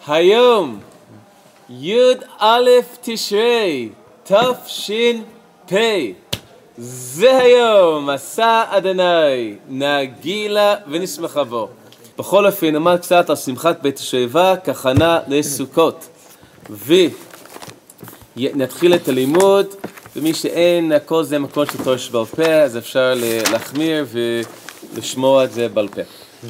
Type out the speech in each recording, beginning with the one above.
היום י"א תשרי תש"פ זה היום עשה אדוני נגילה ונשמחה בו. בכל אופן נאמר קצת על שמחת בית השואבה כהכנה לסוכות, ונתחיל את הלימוד. ומי שאין הכל זה מקום של תורה שבעל פה, אז אפשר להחמיר ולשמוע את זה בעל פה.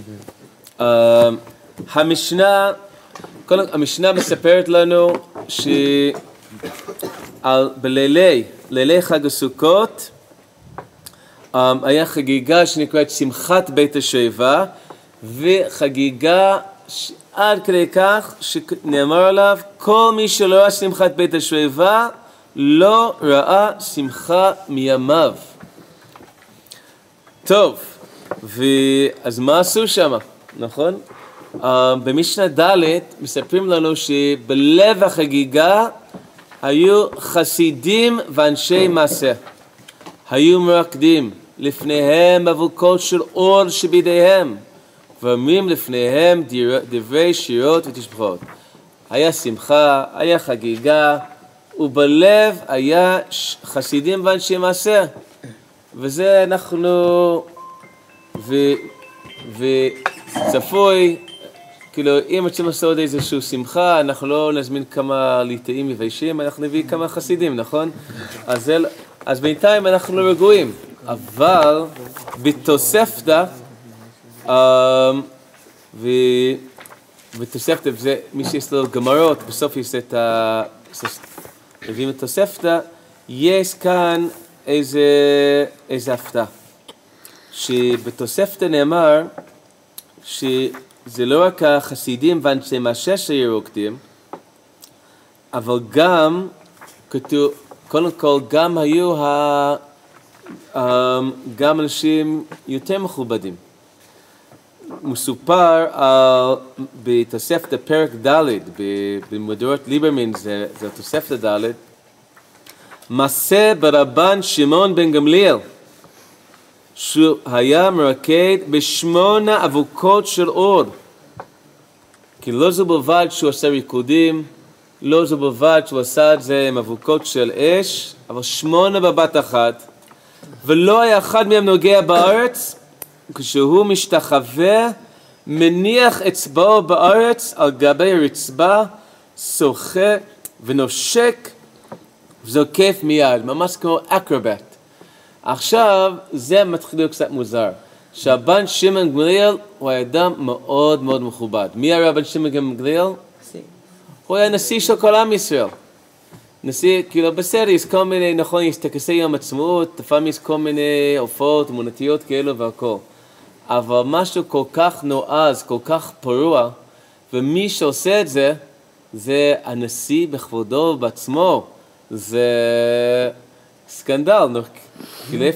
המשנה מספרת לנו בלילי חג הסוכות היה חגיגה שנקראת שמחת בית השואבה, וחגיגה עד כדי כך שנאמר עליו כל מי שלא ראה שמחת בית השואבה לא ראה שמחה מימיו. טוב, אז מה עשו שם, נכון? במשנה ד' מספרים לנו שבלב החגיגה היו חסידים ואנשי מעשה, היו מרקדים לפניהם אבוקות של אור שבידיהם, ואומרים לפניהם דברי שירות ותשבחות. היה שמחה, היה חגיגה, ובלב היה חסידים ואנשי מעשה. וזה אנחנו וצפוי, כאילו אם רוצים לעשות איזושהי שמחה, אנחנו לא נזמין כמה ליטאים מביישים, אנחנו נביא כמה חסידים, נכון? אז בינתיים אנחנו רגועים. אבל בתוספתא, ותוספתא זה מי שיש לו גמרות, בסוף יש את מביאים את תוספתא, יש כאן איזה הפתעה. שבתוספתא נאמר שזה לא רק החסידים ואנשי מעשה שהיו רוקדים, אבל גם כתוב, קודם כל גם היו גם אנשים יותר מכובדים. מסופר בתוספתא פרק ד' במדורת ליברמן, זה תוספתא ד', מעשה ברבן שמעון בן גמליאל שהוא היה מרקד ב8 אבוקות של אור. כי לא זו בלבד שהוא עשה ריקודים, לא זו בלבד שהוא עשה את זה עם אבוקות של אש, אבל 8 בבת אחת, ולא היה אחד מהם נוגע בארץ. כשהוא משתחווה, מניח אצבעו בארץ על גבי הרצפה, שוחה ונושק וזוקף מיד, ממש כמו אקרובט. עכשיו זה מתחיל להיות קצת מוזר, שהבן שמעון גמליאל הוא היה אדם מאוד מאוד מכובד. מי היה רבן שמעון גמליאל? הוא היה נשיא של כל עם ישראל. נשיא, כאילו בסדר, יש כל מיני, נכון, יש טקסי יום עצמאות, לפעמים יש כל מיני הופעות אמונתיות כאלו והכל. אבל משהו כל כך נועז, כל כך פרוע, ומי שעושה את זה, זה הנשיא בכבודו בעצמו. זה סקנדל, כאילו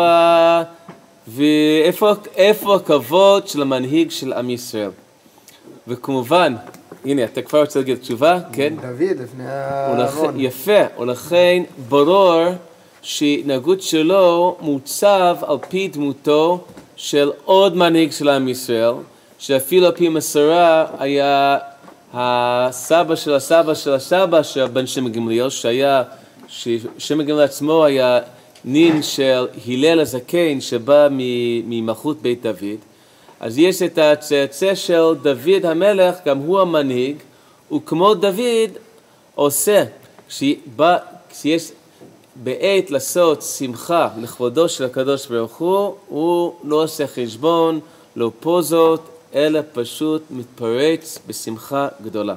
איפה הכבוד של המנהיג של עם ישראל? וכמובן, הנה, אתה כבר רוצה להגיד תשובה, כן? דוד לפני הארון. יפה, ולכן ברור שהתנהגות שלו מוצב על פי דמותו של עוד מנהיג של עם ישראל, שאפילו על פי מסורה היה הסבא של הסבא של הסבא של בן שמעון גמליאל, שמעון גמליאל עצמו היה נין של הלל הזקן שבא ממלכות בית דוד. אז יש את הצאצא של דוד המלך, גם הוא המנהיג, וכמו דוד עושה, כשיש בעת לעשות שמחה לכבודו של הקדוש ברוך הוא לא עושה חשבון, לא פוזות, אלא פשוט מתפרץ בשמחה גדולה.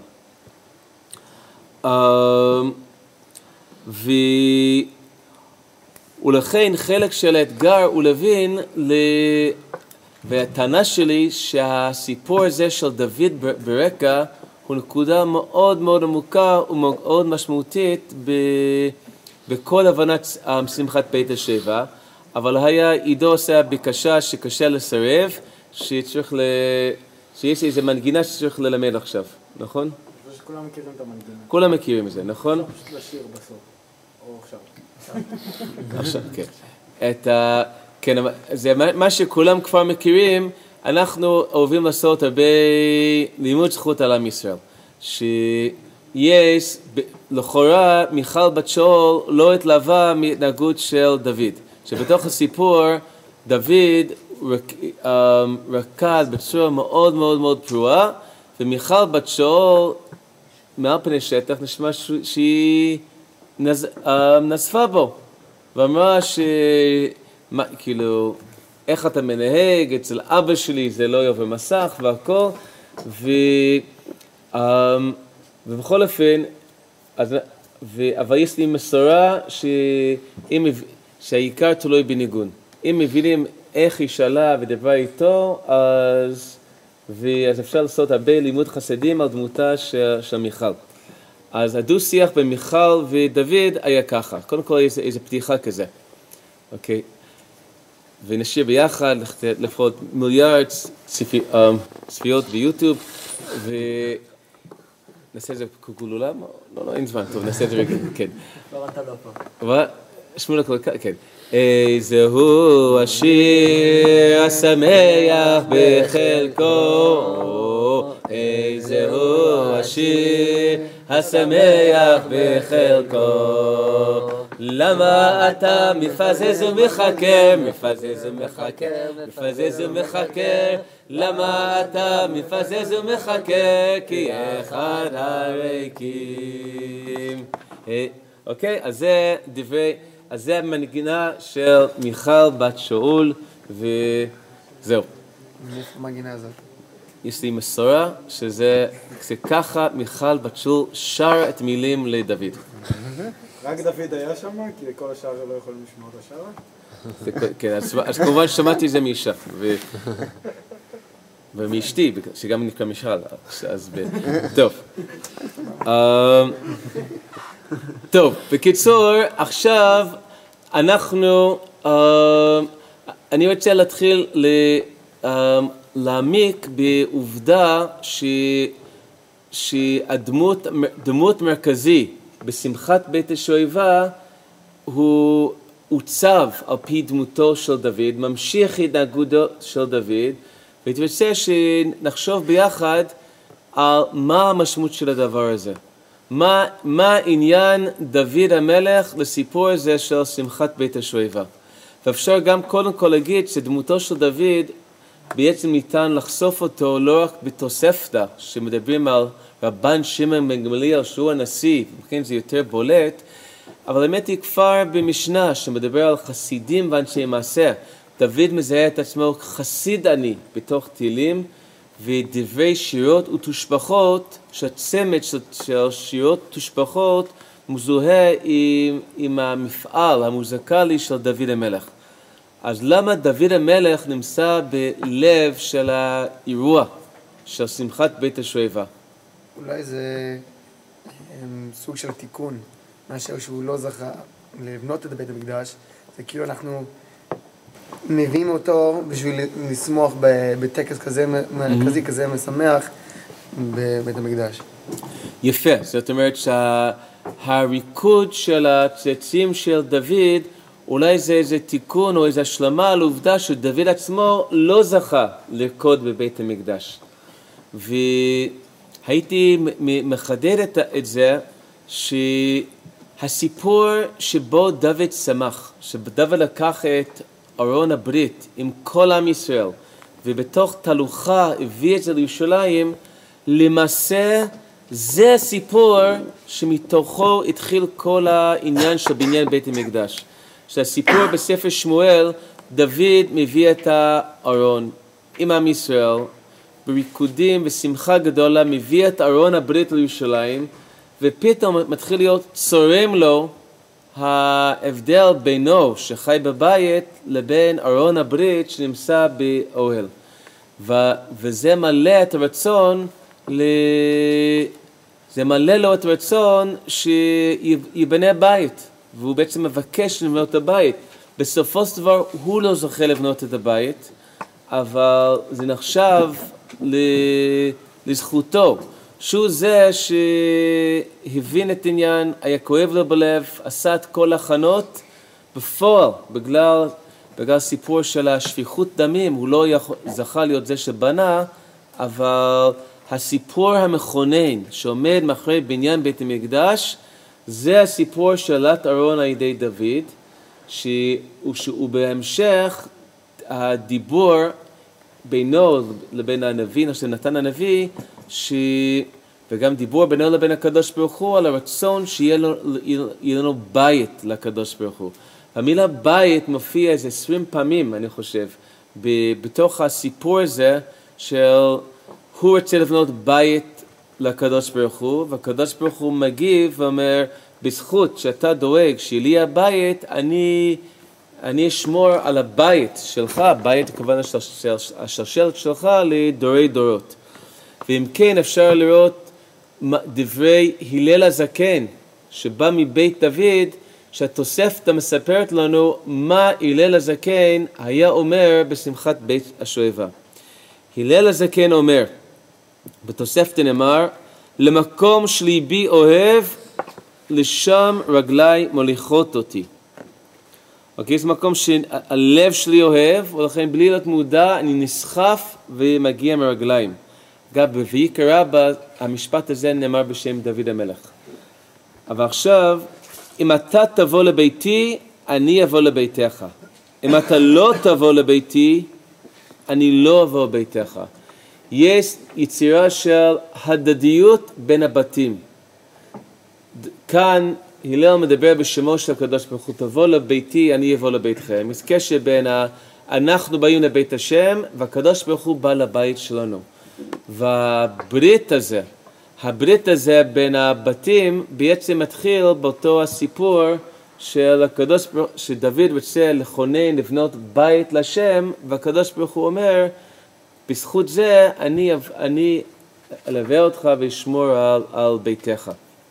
ולכן חלק של האתגר הוא להבין, והטענה שלי שהסיפור הזה של דוד ברקע הוא נקודה מאוד מאוד עמוקה ומאוד משמעותית בכל הבנת שמחת בית השואבה. אבל היה עידו עושה בקשה שקשה לסרב, שיש איזו מנגינה שצריך ללמד עכשיו, נכון? כולם מכירים את המנגינה. כולם מכירים את זה, נכון? פשוט לשיר בסוף, או עכשיו. עכשיו, כן. כן, זה מה שכולם כבר מכירים. אנחנו אוהבים לעשות הרבה לימוד זכות על עם ישראל. שיש, לכאורה מיכל בת שאול לא התלווה מהתנהגות של דוד. שבתוך הסיפור דוד רקד בצורה מאוד מאוד מאוד פרועה, ומיכל בת שאול מעל פני שטח נשמע שהיא נזפה בו, ואמרה כאילו, איך אתה מנהג, אצל אבא שלי זה לא יעבור מסך והכל, ובכל אופן, אבל יש לי מסורה שהעיקר תלוי בניגון. אם מבינים איך היא שאלה ודברה איתו, אז אפשר לעשות הרבה לימוד חסדים על דמותה של מיכל. אז הדו-שיח בין מיכל ודוד היה ככה. קודם כל איזו פתיחה כזה. אוקיי. ונשאיר ביחד לפחות מיליארד צפיות ביוטיוב, נעשה את זה כגולולם? לא, אין זמן, טוב, נעשה את זה רגע, כן. לא, אתה לא פה. שמונה כל כך, כן. איזהו השיר השמח בחלקו, איזהו השיר השמח בחלקו, למה אתה מפזז ומחכה, מפזז ומחכה, מפזז ומחכה, למה אתה מפזז ומחכה, כי אחד הריקים. אוקיי, אז זה דברי, אז זה המנגינה של מיכל בת שאול, וזהו. איפה המנגינה הזאת? יש לי מסורה שזה ככה מיכל בת שאול שר את מילים לדוד. רק דוד היה שם? כי כל השאר לא יכולים לשמוע את השאר? כן, אז כמובן שמעתי זה מאישה. ומאשתי, שגם נקרא מיכל. אז טוב. טוב, בקיצור, עכשיו אני רוצה להתחיל להעמיק בעובדה שהדמות מרכזי בשמחת בית השואבה הוא עוצב על פי דמותו של דוד, ממשיך התנהגותו של דוד, והייתי רוצה שנחשוב ביחד על מה המשמעות של הדבר הזה. מה עניין דוד המלך לסיפור הזה של שמחת בית השואבה. ואפשר גם קודם כל להגיד שדמותו של דוד בעצם ניתן לחשוף אותו לא רק בתוספתא, שמדברים על רבן שמעון בן גמליאל שהוא הנשיא, וכן זה יותר בולט, אבל האמת היא כבר במשנה שמדבר על חסידים ואנשי מעשה. דוד מזהה את עצמו חסיד אני בתוך תהילים, ודברי שירות ותושבחות, שהצמד של שירות ותושבחות מזוהה עם המפעל המוזיקלי של דוד המלך. אז למה דוד המלך נמצא בלב של האירוע של שמחת בית השואבה? אולי זה סוג של תיקון, מאשר שהוא לא זכה לבנות את בית המקדש, זה כאילו אנחנו מביאים אותו בשביל לשמוח בטקס כזה מרכזי, כזה משמח בבית המקדש. יפה, זאת אומרת שהריקוד של הצאצאים של דוד, אולי זה איזה תיקון או איזו השלמה לעובדה שדוד עצמו לא זכה לרקוד בבית המקדש. והייתי מחדד את זה שהסיפור שבו דוד שמח, שדוד לקח את ארון הברית עם כל עם ישראל, ובתוך תהלוכה הביא את זה לירושלים, למעשה זה הסיפור שמתוכו התחיל כל העניין של בניין בית המקדש. שהסיפור בספר שמואל, דוד מביא את הארון עם עם ישראל, בריקודים ושמחה גדולה, מביא את ארון הברית לירושלים, ופתאום מתחיל להיות צורם לו ההבדל בינו שחי בבית לבין ארון הברית שנמצא באוהל. וזה מלא את הרצון, זה מלא לו את הרצון שיבנה בית, והוא בעצם מבקש לבנות את הבית. בסופו של דבר הוא לא זוכה לבנות את הבית, אבל זה נחשב לזכותו. שהוא זה שהבין את עניין, היה כואב לו בלב, עשה את כל הכנות, בפועל, בגלל סיפור של השפיכות דמים, הוא לא זכה להיות זה שבנה, אבל הסיפור המכונן שעומד מאחורי בניין בית המקדש, זה הסיפור של עלת ארון על ידי דוד, שהוא בהמשך הדיבור בינו לבין הנביא, נתן הנביא, וגם דיבור בינו לבין הקדוש ברוך הוא על הרצון שיהיה לנו בית לקדוש ברוך הוא. המילה בית מופיע איזה 20 פעמים, אני חושב, בתוך הסיפור הזה של הוא רוצה לבנות בית לקדוש ברוך הוא, והקדוש ברוך הוא מגיב ואומר, בזכות שאתה דואג שיהיה הבית, אני אשמור על הבית שלך, בית כמובן השלשלת שלך לדורי דורות. ואם כן אפשר לראות דברי הלל הזקן שבא מבית דוד, שהתוספתא מספרת לנו מה הלל הזקן היה אומר בשמחת בית השואבה. הלל הזקן אומר, בתוספתא נאמר, למקום שליבי אוהב, לשם רגלי מוליכות אותי. אוקיי, זה מקום שהלב שלי אוהב, ולכן בלי להיות מודע אני נסחף ומגיע מרגליים. אגב, בויקרא רבה, המשפט הזה נאמר בשם דוד המלך. אבל עכשיו, אם אתה תבוא לביתי, אני אבוא לביתך. אם אתה לא תבוא לביתי, אני לא אבוא לביתך. יש יצירה של הדדיות בין הבתים. כאן הלל מדבר בשמו של הקדוש ברוך הוא, תבוא לביתי, אני אבוא לביתכם. יש קשר בין אנחנו באים לבית השם, והקדוש ברוך הוא בא לבית שלנו. והברית הזה בין הבתים בעצם מתחיל באותו הסיפור של הקדוש ברוך הוא, שדוד רוצה לכונן, לבנות בית לשם, והקדוש ברוך הוא אומר, בזכות זה אני אלווה אותך וישמור על ביתך.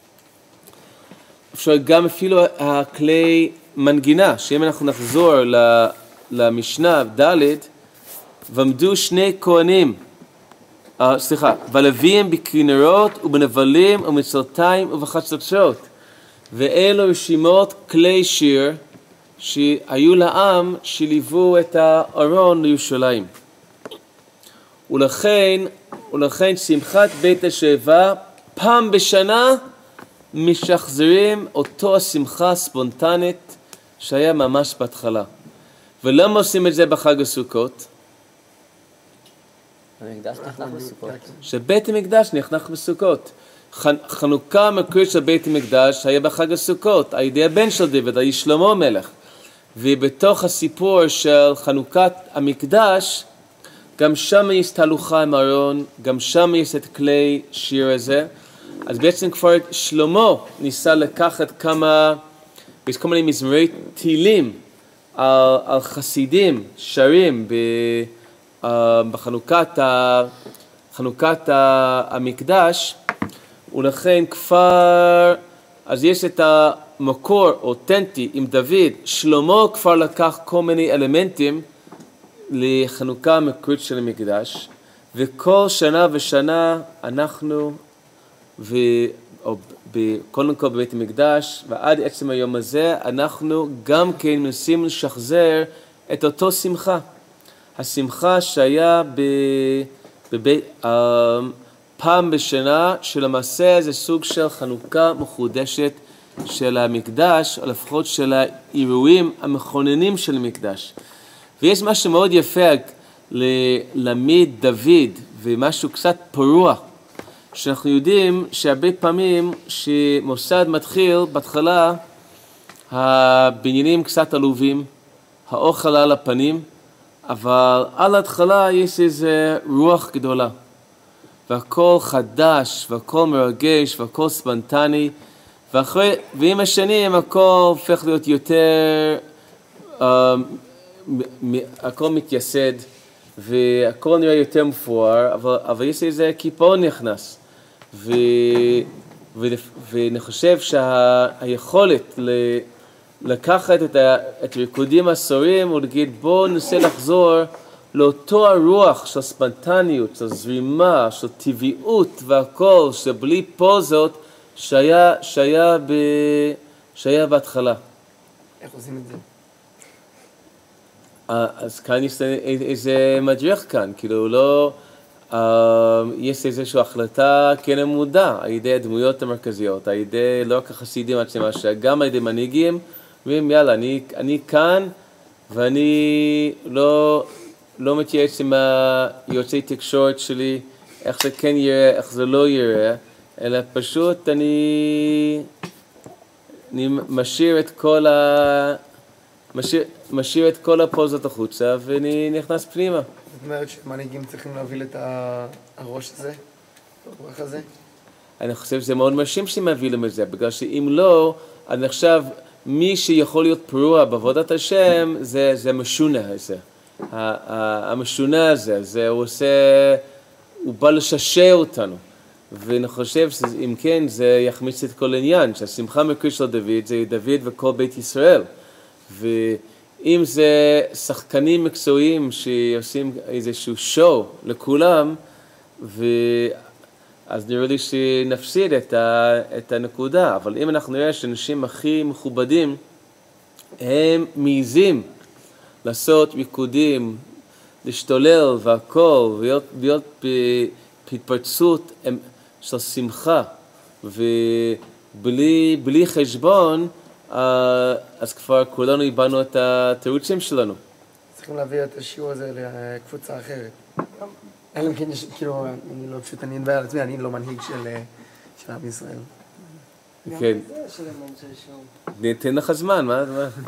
אפשר גם אפילו הכלי מנגינה, שאם אנחנו נחזור למשנה ד' ועמדו שני כהנים, ולוויים בכינורות ובנבלים ומצלתיים ובחצוצרות, ואלו רשימות כלי שיר שהיו לעם שליוו את הארון לירושלים. ולכן שמחת בית השואבה פעם בשנה משחזרים אותו השמחה הספונטנית שהיה ממש בהתחלה. ולמה עושים את זה בחג הסוכות? שבית המקדש נחנך בסוכות. חנוכה המקורית של בית המקדש היה בחג הסוכות, על ידי הבן של דוד, על שלמה המלך. ובתוך הסיפור של חנוכת המקדש, גם שם יש תהלוכה עם ארון, גם שם יש את כלי שיר הזה. אז בעצם כבר שלמה ניסה לקחת יש כל מיני מזמורי תהילים על חסידים שרים בחנוכת המקדש, ולכן אז יש את המקור אותנטי עם דוד. שלמה כבר לקח כל מיני אלמנטים לחנוכה המקורית של המקדש, וכל שנה ושנה אנחנו קודם כל בבית המקדש ועד עצם היום הזה אנחנו גם כן מנסים לשחזר את אותו שמחה, השמחה שהיה פעם בשנה, שלמעשה זה סוג של חנוכה מחודשת של המקדש, או לפחות של האירועים המכוננים של המקדש. ויש משהו מאוד יפה ללמיד דוד, ומשהו קצת פרוע, שאנחנו יודעים שהרבה פעמים שמוסד מתחיל, בהתחלה הבניינים קצת עלובים, האוכל על הפנים, אבל על ההתחלה יש איזה רוח גדולה, והכל חדש, והכל מרגש, והכל ספונטני, ועם השנים הכל הופך להיות יותר, הכל מתייסד, והכל נראה יותר מפואר, אבל יש איזה קיפאון נכנס. ואני חושב שהיכולת לקחת את הריקודים הסורים ולהגיד בואו ננסה לחזור לאותו הרוח של ספונטניות, של זרימה, של טבעיות והכל, שבלי פוזות שהיה בהתחלה. איך עושים את זה? אז כאן יש איזה מדריך כאן, כאילו לא, יש איזושהי החלטה כן מודע, על ידי הדמויות המרכזיות, על ידי לא רק החסידים עצמם, גם על ידי מנהיגים, ואומרים יאללה, אני כאן, ואני לא מתייעץ עם היוצאי תקשורת שלי, איך זה כן יראה, איך זה לא יראה, אלא פשוט אני משאיר את כל הפוזות החוצה, ואני נכנס פנימה. זאת אומרת שמנהיגים צריכים להוביל את הראש הזה, הרוח הזה? אני חושב שזה מאוד מרשים שמובילים את זה, בגלל שאם לא, אני חושב מי שיכול להיות פרוע בעבודת השם, זה משונה הזה. המשונה הזה, הוא בא לששע אותנו. ואני חושב שאם כן, זה יחמיץ את כל עניין, שהשמחה מקרית של דוד זה דוד וכל בית ישראל. ואם זה שחקנים מקצועיים שעושים איזשהו שואו לכולם, אז נראה לי שנפסיד את הנקודה. אבל אם אנחנו נראה שאנשים הכי מכובדים, הם מעיזים לעשות ריקודים, להשתולל והכל, להיות בהתפרצות של שמחה, ובלי חשבון, אז כבר כולנו איבדנו את התירוצים שלנו. צריכים להביא את השיעור הזה לקבוצה אחרת. אלא אם כן יש, כאילו, אני לא פשוט, אני אדבר על עצמי, אני לא מנהיג של עם ישראל. כן. ניתן לך זמן, מה?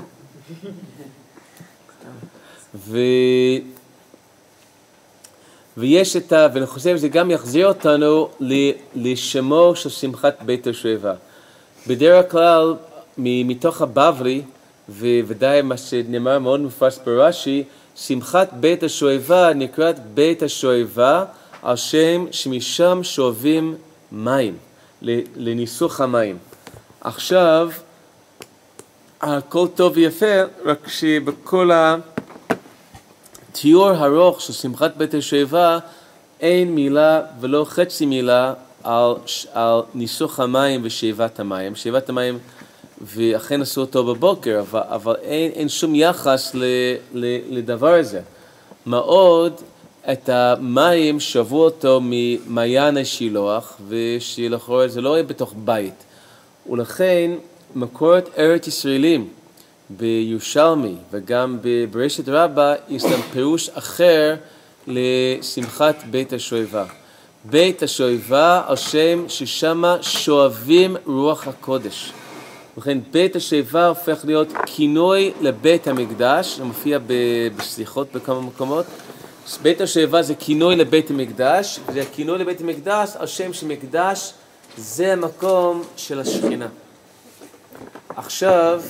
ויש ואני חושב שזה גם יחזיר אותנו לשמו של שמחת בית השואבה. בדרך כלל, מתוך הבבלי, וודאי מה שנאמר מאוד מפורש ברש"י, שמחת בית השואבה נקראת בית השואבה על שם שמשם שואבים מים, לניסוך המים. עכשיו, הכל טוב ויפה, רק שבכל התיאור הארוך של שמחת בית השואבה אין מילה ולא חצי מילה על ניסוך המים ושאיבת המים. שאיבת המים, ואכן עשו אותו בבוקר, אבל אין שום יחס לדבר הזה. מאוד את המים שבו אותו ממעיין השילוח, ושלכאורה זה לא יהיה בתוך בית. ולכן מקורות ארץ ישראלים בירושלמי וגם בבראשית רבה יש להם פירוש אחר לשמחת בית השואבה. בית השואבה על שם ששמה שואבים רוח הקודש. לכן בית השואבה הופך להיות כינוי לבית המקדש, זה מופיע בסליחות בכמה מקומות. בית השואבה זה כינוי לבית המקדש, זה כינוי לבית המקדש על שם שמקדש זה המקום של השכינה. עכשיו,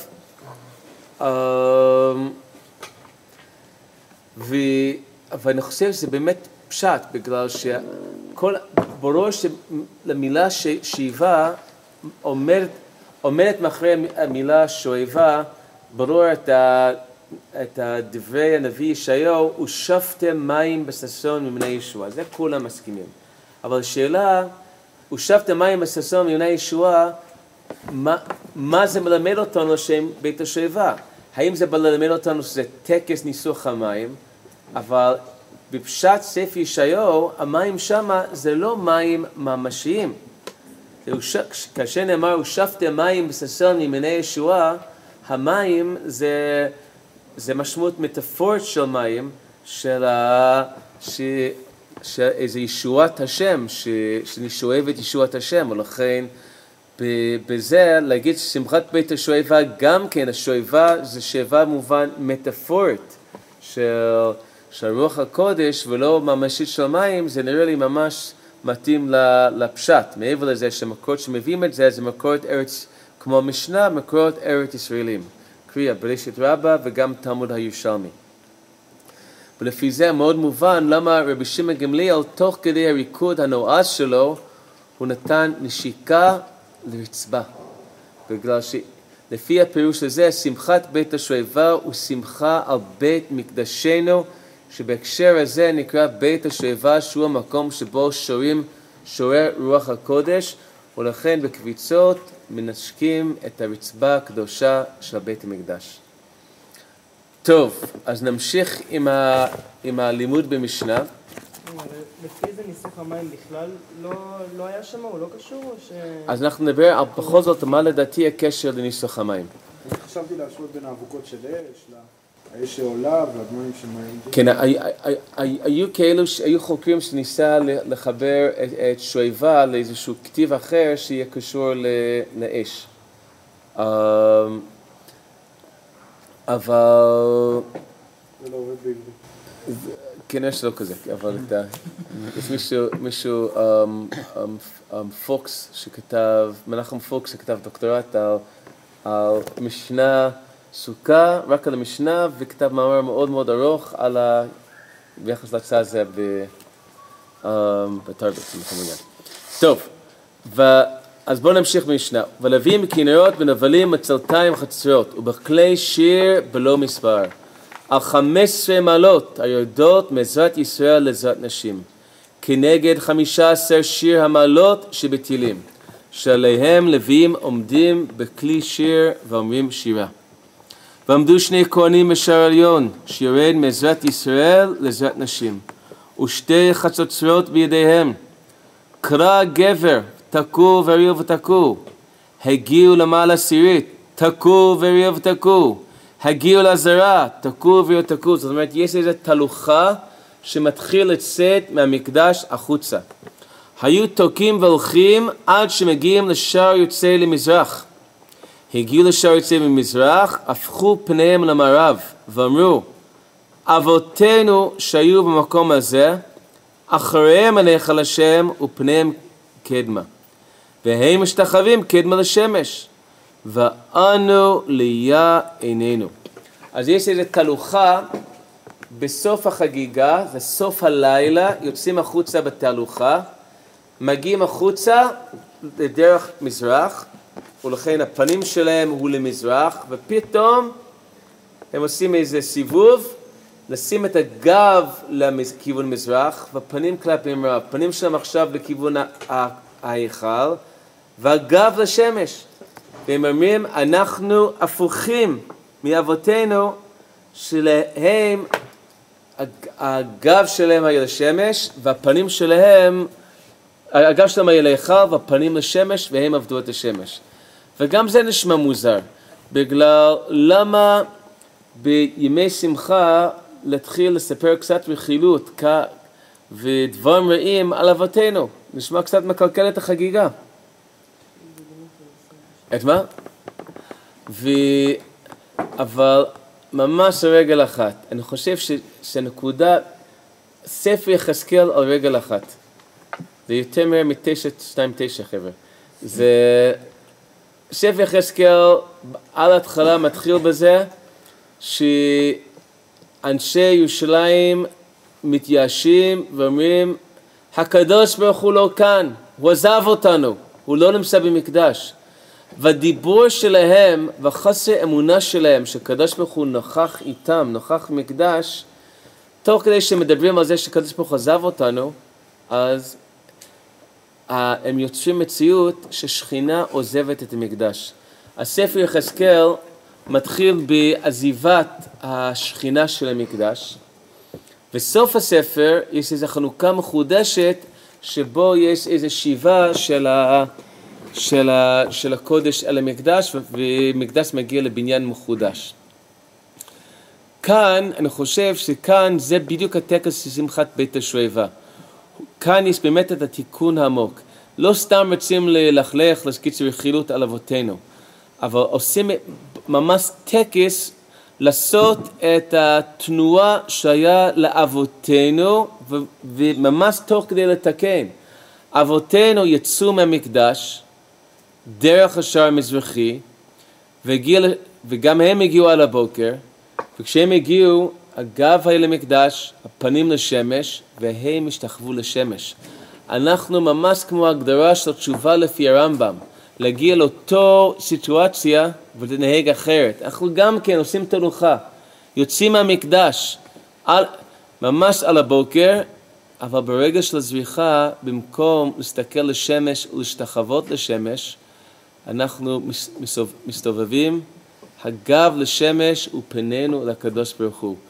ואני חושב שזה באמת פשט, בגלל ברור שלמילה שאיבה עומדת מאחורי המילה שואבה, ברור את דברי הנביא ישעיהו, ושפתם מים בששון ממעייני ישועה. זה כולם מסכימים. אבל השאלה, ושפתם מים בששון ממעייני ישועה, מה זה מלמד אותנו שם בית השואבה? האם זה בא ללמד אותנו שזה טקס ניסוך המים, אבל בפשט ספר ישעיהו, המים שמה זה לא מים ממשיים. כאשר נאמר, ושפתם מים בששון ממעייני ישועה, המים זה משמעות מטאפורית של מים, של איזו ישועת השם, שאני שואב את ישועת השם, ולכן בזה להגיד שמחת בית השואבה גם כן, השואבה זה שאיבה מובן מטאפורית של רוח הקודש ולא ממשית של מים, זה נראה לי ממש מתאים לפשט. מעבר לזה שמקורות שמביאים את זה, זה מקורות ארץ, כמו משנה, מקורות ארץ ישראלים. קריאה בראשית רבה וגם תלמוד הירושלמי. ולפי זה מאוד מובן למה רבי שמעון גמליאל תוך כדי הריקוד הנועז שלו, הוא נתן נשיקה לרצפה. בגלל שלפי הפירוש הזה, שמחת בית השואבה הוא שמחה על בית מקדשנו, שבהקשר הזה נקרא בית השואבה, שהוא המקום שבו שורר רוח הקודש, ולכן בקביצות מנשקים את הרצפה הקדושה של בית המקדש. טוב, אז נמשיך עם הלימוד במשנה. לפי איזה ניסוך המים בכלל לא היה שם, הוא לא קשור או ש... אז אנחנו נדבר על בכל זאת מה לדעתי הקשר לניסוך המים. אני חשבתי להשוות בין האבוקות של אש, האש שעולה והמים שמים. כן, היו כאלו, היו חוקרים שניסה לחבר את שואבה לאיזשהו כתיב אחר שיהיה קשור לאש. אבל... זה לא עובד בעברית. כן, יש לא כזה, אבל יש מישהו, פוקס שכתב, מנחם פוקס שכתב דוקטורט על משנה סוכה, רק על המשנה, וכתב מאמר מאוד מאוד ארוך על ביחס להצעה הזה בתרבות. טוב, אז בואו נמשיך במשנה. ולווים בכנרות ונבלים מצלתיים חצרות ובכלי שיר בלא מספר. על 15 מעלות היורדות מעזרת ישראל לעזרת נשים, כנגד 15 שיר המעלות שבתהילים, שעליהם לוויים עומדים בכלי שיר ואומרים שירה. ועמדו שני כהנים בשער עליון, שירד מעזרת ישראל לעזרת נשים, ושתי חצוצרות בידיהם. קרא גבר, תקעו וריעו ותקעו. הגיעו למעלה עשירית, תקעו וריעו ותקעו. הגיעו לעזרה, תקעו וריעו ותקעו. זאת אומרת, יש איזו תהלוכה שמתחיל לצאת מהמקדש החוצה. היו תוקעים והולכים עד שמגיעים לשער יוצא למזרח. הגיעו לשער יוצא ממזרח, הפכו פניהם למערב, ואמרו, אבותינו שהיו במקום הזה, אחריהם הניחל השם ופניהם קדמה. והם משתחווים קדמה לשמש, ואנו ליה עינינו. אז יש איזו תהלוכה בסוף החגיגה, זה סוף הלילה, יוצאים החוצה בתהלוכה, מגיעים החוצה לדרך מזרח, ולכן הפנים שלהם הוא למזרח, ופתאום הם עושים איזה סיבוב, לשים את הגב לכיוון מזרח, והפנים כלפי מערב. הפנים שלהם עכשיו לכיוון ההיכל, והגב לשמש. והם אומרים, אנחנו הפוכים מאבותינו, שלהם, הגב שלהם היה לשמש, והפנים שלהם, הגב שלהם היה להיכל, והפנים לשמש, והם עבדו את השמש. וגם זה נשמע מוזר, בגלל למה בימי שמחה להתחיל לספר קצת רכילות ודברים רעים על אבותינו. נשמע קצת מקלקל את החגיגה. את מה? אבל ממש רגל אחת. אני חושב שנקודה, ספר יחזקאל על רגל אחת. זה יותר מהר מ-929 חבר'ה. זה... ספר יחזקאל על ההתחלה מתחיל בזה שאנשי ירושלים מתייאשים ואומרים, הקדוש ברוך הוא לא כאן, הוא עזב אותנו, הוא לא נמצא במקדש. והדיבור שלהם והחוסר אמונה שלהם שקדוש ברוך הוא נוכח איתם, נוכח במקדש, תוך כדי שמדברים על זה שקדוש ברוך הוא עזב אותנו, אז הם יוצרים מציאות ששכינה עוזבת את המקדש. הספר יחזקאל מתחיל בעזיבת השכינה של המקדש, וסוף הספר יש איזו חנוכה מחודשת שבו יש איזו שיבה של הקודש על המקדש, ומקדש מגיע לבניין מחודש. כאן, אני חושב שכאן זה בדיוק הטקס של שמחת בית השואבה. כאן יש באמת את התיקון העמוק. לא סתם רוצים ללכלך, להזכיר רכילות על אבותינו, אבל עושים ממש טקס לעשות את התנועה שהיה לאבותינו, וממש תוך כדי לתקן. אבותינו יצאו מהמקדש, דרך השער המזרחי, וגם הם הגיעו על הבוקר, וכשהם הגיעו, הגב היה למקדש, הפנים לשמש, והם השתחוו לשמש. אנחנו ממש כמו הגדרה של תשובה לפי הרמב"ם, להגיע לאותו סיטואציה ולנהג אחרת. אנחנו גם כן עושים תהלוכה, יוצאים מהמקדש, ממש על הבוקר, אבל ברגע של הזריחה, במקום להסתכל לשמש ולהשתחוות לשמש, אנחנו מסתובבים, הגב לשמש ופנינו לקדוש ברוך הוא.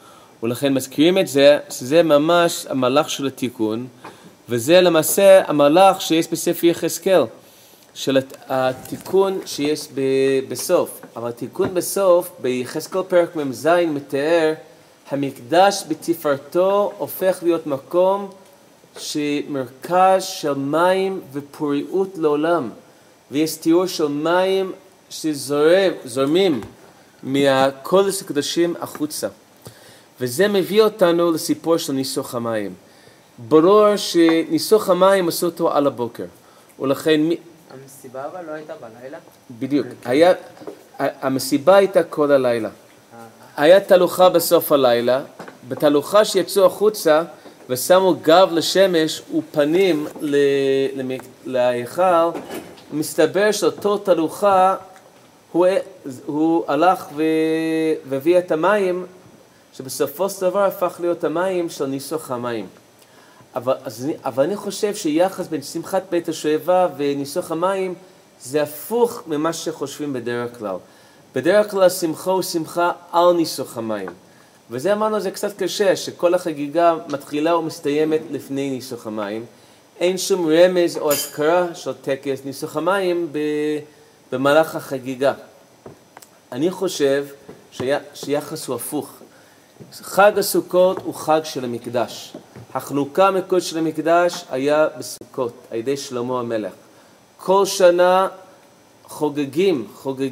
ולכן מזכירים את זה, שזה ממש המהלך של התיקון, וזה למעשה המהלך שיש בספר יחזקאל, של התיקון שיש בסוף. אבל התיקון בסוף, ביחזקאל פרק מ"ז מתאר, המקדש בתפארתו הופך להיות מקום שמרכז של מים ופוריות לעולם. ויש תיאור של מים שזורמים מהקודש הקדושים החוצה. וזה מביא אותנו לסיפור של ניסוך המים. ברור שניסוך המים עשו אותו על הבוקר. ולכן המסיבה אבל לא הייתה בלילה? בדיוק. המסיבה הייתה כל הלילה. היה תהלוכה בסוף הלילה. בתהלוכה שיצאו החוצה ושמו גב לשמש ופנים להיכל, מסתבר שאותו תהלוכה הוא הלך והביא את המים, שבסופו של דבר הפך להיות המים של ניסוך המים. אבל אני חושב שיחס בין שמחת בית השואבה וניסוך המים זה הפוך ממה שחושבים בדרך כלל. בדרך כלל שמחה הוא שמחה על ניסוך המים. וזה אמרנו, זה קצת קשה, שכל החגיגה מתחילה ומסתיימת לפני ניסוך המים. אין שום רמז או הזכרה של טקס ניסוך המים במהלך החגיגה. אני חושב שיחס הוא הפוך. חג הסוכות הוא חג של המקדש. החנוכה המקודש של המקדש היה בסוכות, על ידי שלמה המלך. כל שנה חוגגים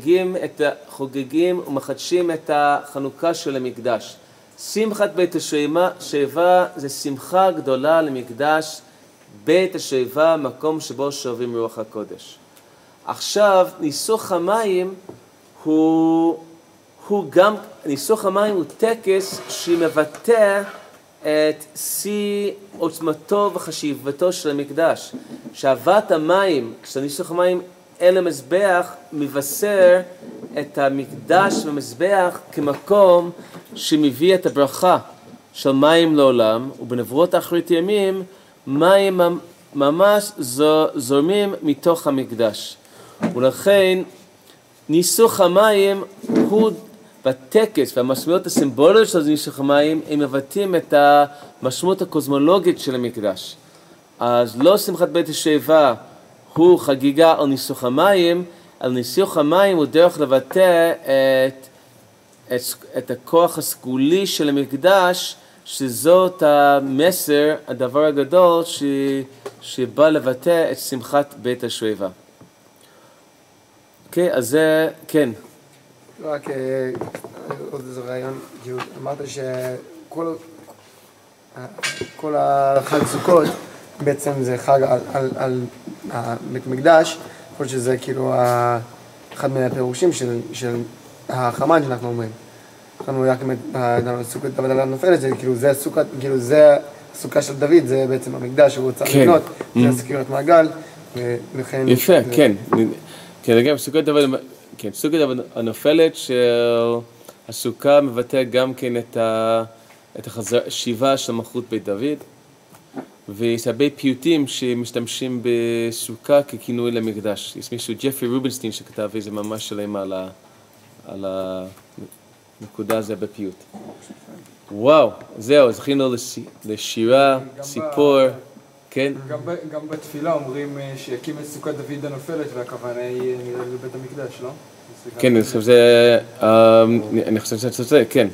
ומחדשים את החנוכה של המקדש. שמחת בית השואבה זה שמחה גדולה למקדש בית השואבה, מקום שבו שואבים רוח הקודש. עכשיו, ניסוך המים ניסוך המים הוא טקס שמבטא את שיא עוצמתו וחשיבתו של המקדש. שהבאת המים, כשניסוך המים אל המזבח, מבשר את המקדש והמזבח כמקום שמביא את הברכה של מים לעולם, ובנבואות אחרית ימים מים ממש זורמים מתוך המקדש. ולכן ניסוך המים הוא בטקס והמשמעויות הסימבוליות של ניסוך המים, הם מבטאים את המשמעות הקוסמולוגית של המקדש. אז לא שמחת בית השואבה הוא חגיגה על ניסוך המים, על ניסוך המים הוא דרך לבטא את הכוח הסגולי של המקדש, שזאת המסר, הדבר הגדול שבא לבטא את שמחת בית השואבה. אוקיי, אז זה, כן. רק עוד איזה רעיון, אמרת שכל החג סוכות בעצם זה חג על בית מקדש, יכול שזה כאילו אחד מהפירושים של החמן שאנחנו אומרים. אנחנו רק סוכות דוד עליו נופלת, זה כאילו זה הסוכה, כאילו זה הסוכה של דוד, זה בעצם המקדש שהוא רוצה לבנות, זה סקירת מעגל, ולכן... יפה, כן. כן, אגב, סוכות דוד... כן, סוכות הנופלת של הסוכה מבטא גם כן את השיבה של מלכות בית דוד, ויש הרבה פיוטים שמשתמשים בסוכה ככינוי למקדש. יש מישהו, ג'פרי רובינשטיין, שכתב איזה ממש שלם על הנקודה הזו בפיוט. וואו, זהו, זכינו לשירה, סיפור, כן? גם בתפילה אומרים שיקים את סוכת דוד הנופלת, והכוונה היא לבית המקדש, לא? כן, אני חושב שאתה צודק, כן.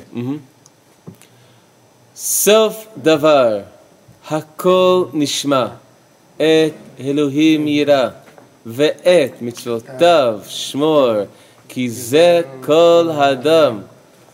סוף דבר, הכל נשמע, את אלוהים ירא, ואת מצוותיו שמור, כי זה כל האדם.